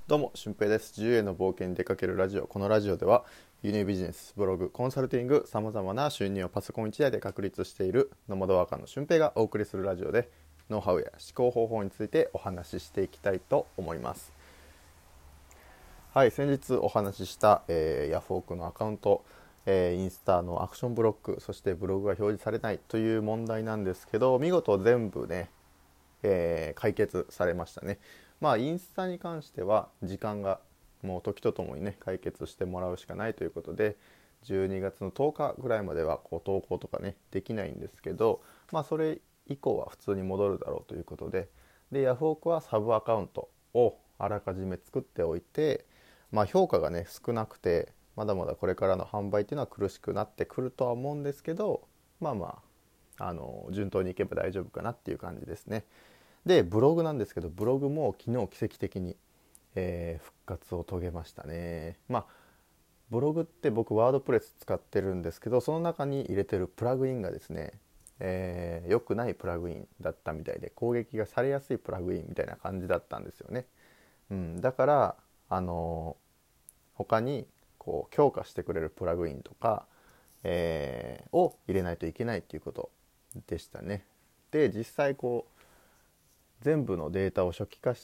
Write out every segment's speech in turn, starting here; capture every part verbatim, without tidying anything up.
どうも、俊平です。自由への冒険に出かけるラジオ。このラジオでは、輸入ビジネス、ブログ、コンサルティング、様々な収入をパソコンいちだいで確立しているノマドワーカーの俊平がお送りするラジオで、ノウハウや思考方法についてお話ししていきたいと思います。はい、先日お話しした、えーヤフオクのアカウント、えーインスタのアクションブロック、そしてブログが表示されないという問題なんですけど、見事全部ね、えー解決されましたね。まあインスタに関しては時間がもう時とともにね解決してもらうしかないということで、じゅうにがつのとおかぐらいまではこう投稿とかねできないんですけど、まあそれ以降は普通に戻るだろうということで、でヤフオクはサブアカウントをあらかじめ作っておいて、まあ評価がね少なくてまだまだこれからの販売っていうのは苦しくなってくるとは思うんですけど、まあまああの順当にいけば大丈夫かなっていう感じですね。でブログなんですけど、ブログも昨日奇跡的に、えー復活を遂げましたね。まあブログって僕ワードプレス使ってるんですけど、その中に入れてるプラグインがですね、えー良くないプラグインだったみたいで、攻撃がされやすいプラグインみたいな感じだったんですよね。うん、だからあのー他にこう強化してくれるプラグインとか、えーを入れないといけないっていうことでしたね。で実際こう全部のデータを初期化して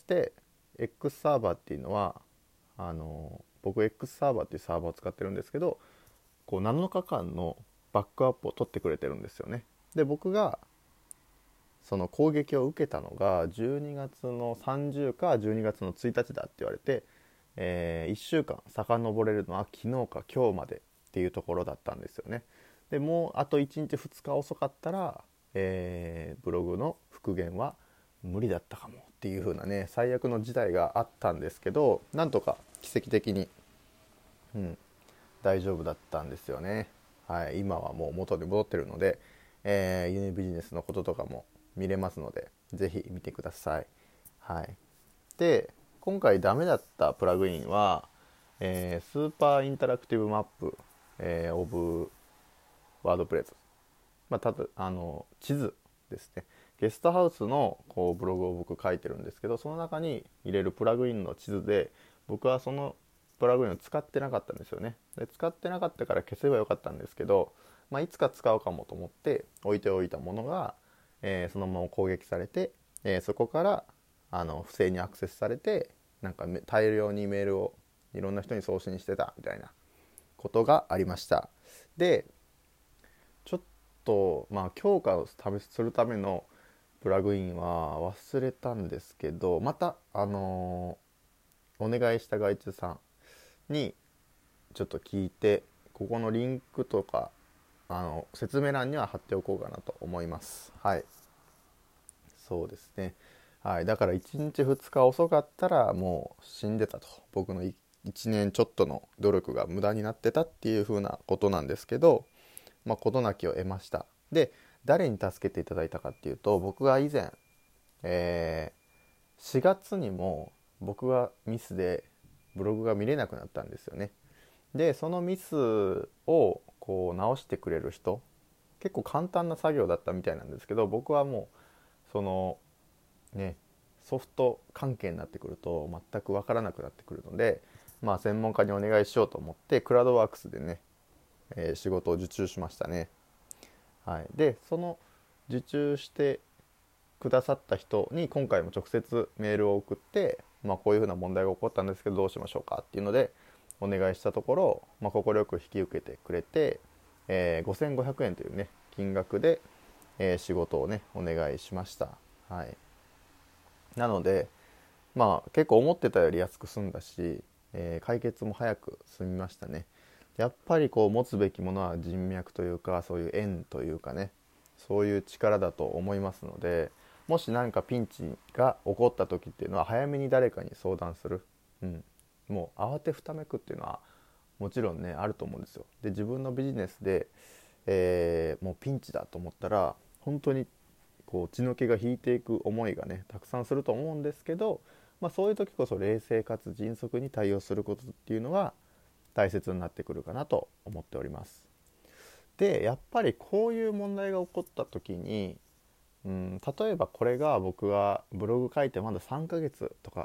X サーバーっていうのはあの僕 X サーバーっていうサーバーを使ってるんですけど、こうなのかかんのバックアップを取ってくれてるんですよね。で僕がその攻撃を受けたのがじゅうにがつのさんじゅうかじゅうにがつのついたちだって言われて、えー、いっしゅうかん遡れるのは昨日か今日までっていうところだったんですよね。でもうあといちにちふつか遅かったら、えーブログの復元は無理だったかもっていう風なね最悪の事態があったんですけど、なんとか奇跡的に、うん、大丈夫だったんですよね。はい、今はもう元に戻ってるので、えー、輸入ビジネスのこととかも見れますので、ぜひ見てください。はい、で今回ダメだったプラグインは、えースーパーインタラクティブマップ、えーオブワードプレス、まあ、ただあの地図ですね。ゲストハウスのこうブログを僕書いてるんですけど、その中に入れるプラグインの地図で僕はそのプラグインを使ってなかったんですよね。で使ってなかったから消せばよかったんですけど、まあ、いつか使うかもと思って置いておいたものが、えーそのまま攻撃されて、えーそこからあの不正にアクセスされて、なんか大量にメールをいろんな人に送信してたみたいなことがありました。でちょっとまあ強化を試するためのプラグインは忘れたんですけど、またあのーお願いした外注さんにちょっと聞いて、ここのリンクとかあの説明欄には貼っておこうかなと思います。はい、そうですね。はい、だからいちにちふつか遅かったらもう死んでたと、僕のいちねんちょっとの努力が無駄になってたっていう風なことなんですけど、まあ、事なきを得ました。で誰に助けていただいたかっていうと、僕が以前、えーしがつにも僕がミスでブログが見れなくなったんですよね。でそのミスをこう直してくれる人、結構簡単な作業だったみたいなんですけど、僕はもうそのねソフト関係になってくると全く分からなくなってくるので、まあ専門家にお願いしようと思ってクラウドワークスでね、えー仕事を受注しましたね。はい、でその受注してくださった人に今回も直接メールを送って、まあ、こういうふうな問題が起こったんですけどどうしましょうかっていうのでお願いしたところ、まあ、快く引き受けてくれて、えーごせんごひゃくえんというね金額で、えー仕事をねお願いしました。はい、なのでまあ結構思ってたより安く済んだし、えー解決も早く済みましたね。やっぱりこう持つべきものは人脈というか、そういう縁というかね、そういう力だと思いますので、もし何かピンチが起こった時っていうのは早めに誰かに相談する、うん、もう慌てふためくっていうのはもちろんねあると思うんですよ。で自分のビジネスで、えーもうピンチだと思ったら本当にこう血の気が引いていく思いがねたくさんすると思うんですけど、まあ、そういう時こそ冷静かつ迅速に対応することっていうのが大切になってくるかなと思っております。でやっぱりこういう問題が起こった時に、うん、例えばこれが僕がブログ書いてまださんかげつとか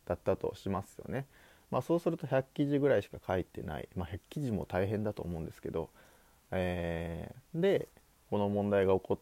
だったとしますよね。まあ、そうするとひゃく記事ぐらいしか書いてない、まあ、ひゃく記事も大変だと思うんですけど、えー、でこの問題が起こって、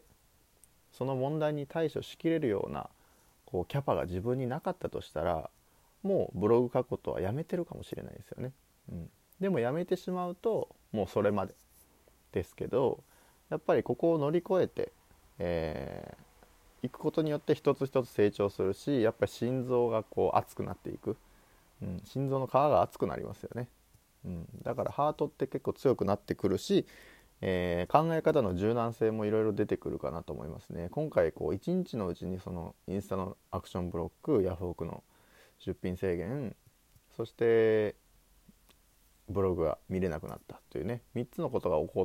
その問題に対処しきれるようなこうキャパが自分になかったとしたら、もうブログ書くことはやめてるかもしれないですよね。うん、でもやめてしまうともうそれまでですけど、やっぱりここを乗り越えて、えー、いくことによって一つ一つ成長するし、やっぱり心臓がこう熱くなっていく、うん、心臓の皮が熱くなりますよね。うん、だからハートって結構強くなってくるし、えー、考え方の柔軟性もいろいろ出てくるかなと思いますね。今回こういちにちのうちにそのインスタのアクションブロック、ヤフオクの出品制限、そしてブログが見れなくなったというね、みっつのことが起こって、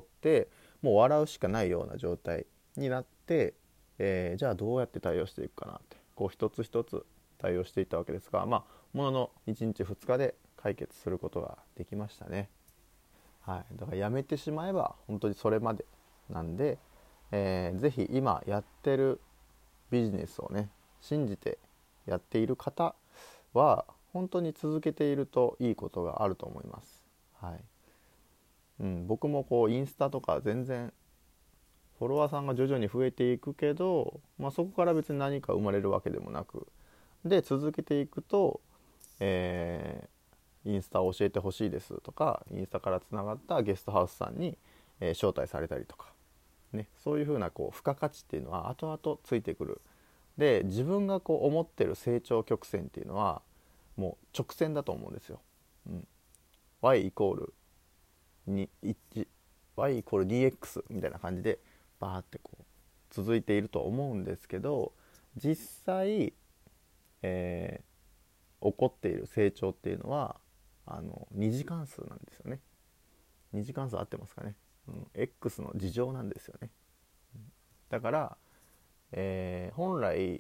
もう笑うしかないような状態になって、えー、じゃあどうやって対応していくかなってこう一つ一つ対応していったわけですが、まあもののいちにちふつかで解決することができましたね。はい、だからやめてしまえば本当にそれまでなんで、えー、ぜひ今やってるビジネスをね信じてやっている方は本当に続けているといいことがあると思います。はい、うん、僕もこうインスタとか全然フォロワーさんが徐々に増えていくけど、まあ、そこから別に何か生まれるわけでもなく、で続けていくと、えー、インスタを教えてほしいですとか、インスタからつながったゲストハウスさんに、えー、招待されたりとか、ね、そういうふうなこう付加価値っていうのは後々ついてくる。で自分がこう思ってる成長曲線っていうのはもう直線だと思うんですよ。うん、y イコールに y イコール ディーエックス みたいな感じでバーってこう続いていると思うんですけど、実際、えー、起こっている成長っていうのはあの二次関数なんですよね。二次関数合ってますかね、うん、X の次乗なんですよね。だから、えー、本来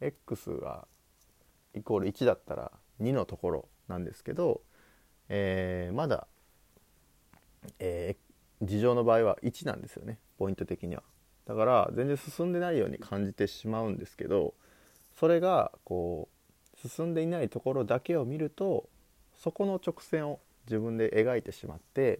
X がイコールいちだったらにのところなんですけど、えー、まだ、えー、次乗の場合はいちなんですよね、ポイント的には。だから全然進んでないように感じてしまうんですけど、それがこう進んでいないところだけを見ると、そこの直線を自分で描いてしまって、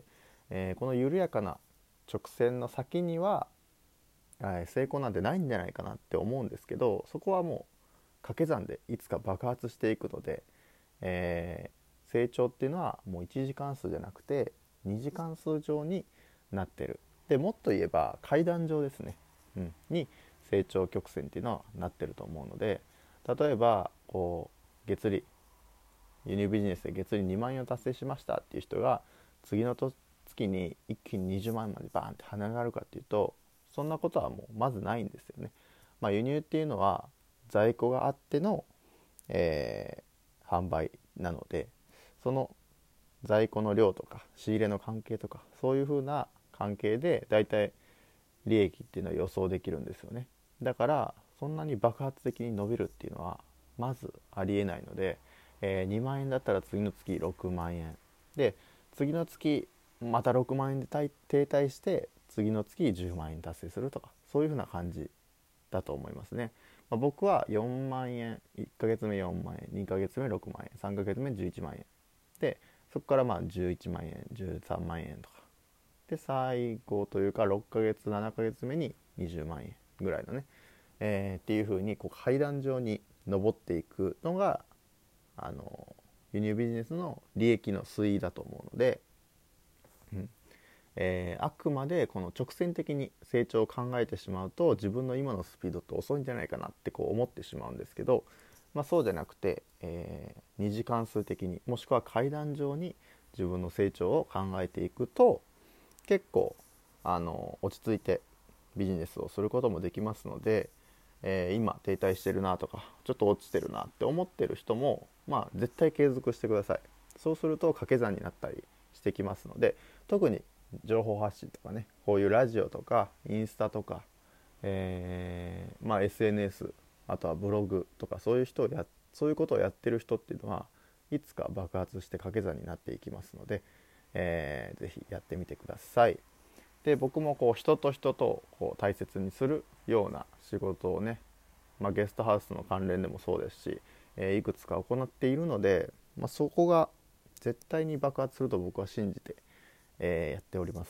えー、この緩やかな直線の先には、はい、成功なんてないんじゃないかなって思うんですけど、そこはもう掛け算でいつか爆発していくので、えー、成長っていうのはもういち次関数じゃなくてに次関数上になってる。でもっと言えば階段上ですね、うん、に成長曲線っていうのはなってると思うので、例えばこう月利輸入ビジネスで月利にまんえんを達成しましたっていう人が次の月に一気ににじゅうまんえんまでバーンって跳ね上がるかっていうと、そんなことはもうまずないんですよね。まあ、輸入っていうのは在庫があっての、えー、販売なので、その在庫の量とか仕入れの関係とかそういう風な関係でだいたい利益っていうのは予想できるんですよね。だからそんなに爆発的に伸びるっていうのはまずありえないので、えー、にまんえんだったら次の月ろくまんえんで、次の月またろくまんえんで停滞して次の月じゅうまんえん達成するとか、そういう風な感じだと思いますね。まあ、僕はよんまんえん、いっかげつめよんまんえん、にかげつめろくまんえん、さんかげつめじゅういちまんえんで、そこからまあじゅういちまんえん、じゅうさんまんえんとかで、最後というかろっかげつななかげつめににじゅうまんえんぐらいのね、えー、っていう風にこう階段状に上っていくのがあの輸入ビジネスの利益の推移だと思うので、うんえー、あくまでこの直線的に成長を考えてしまうと自分の今のスピードって遅いんじゃないかなってこう思ってしまうんですけど、まあ、そうじゃなくて、えー、二次関数的にもしくは階段状に自分の成長を考えていくと結構あの落ち着いてビジネスをすることもできますので、えー、今停滞してるなとかちょっと落ちてるなって思ってる人も、まあ、絶対継続してください。そうすると掛け算になったりしてきますので、特に情報発信とかね、こういうラジオとかインスタとか、えーまあ、エスエヌエス、あとはブログとかそういう人をやそういうことをやってる人っていうのはいつか爆発して掛け算になっていきますので、えー、ぜひやってみてください。で僕もこう人と人とこう大切にするような仕事をね、まあ、ゲストハウスの関連でもそうですし、 えーいくつか行っているので、まあ、そこが絶対に爆発すると僕は信じて、えーやっております。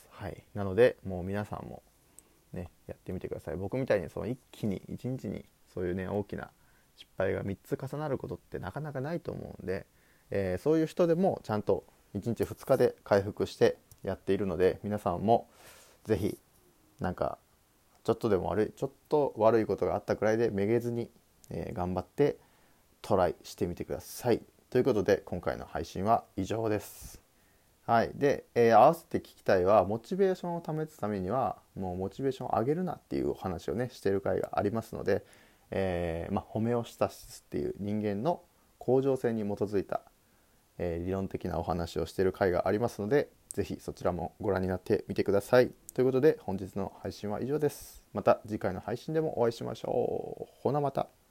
はい、なのでもう皆さんもねやってみてください。僕みたいにその一気に一日にそういうね大きな失敗がみっつ重なることってなかなかないと思うんで、えーそういう人でもちゃんといちにちふつかで回復してやっているので、皆さんもぜひなんかちょっとでも悪いちょっと悪いことがあったくらいでめげずに、えー頑張ってトライしてみてください。ということで今回の配信は以上です。はい、で、えー合わせて聞きたいはモチベーションを保つためにはもうモチベーションを上げるなっていうお話をねしている回がありますので、えーまあ、ホメオスタシスっていう人間の恒常性に基づいた、えー理論的なお話をしている回がありますので、ぜひそちらもご覧になってみてください。ということで本日の配信は以上です。また次回の配信でもお会いしましょう。ほなまた。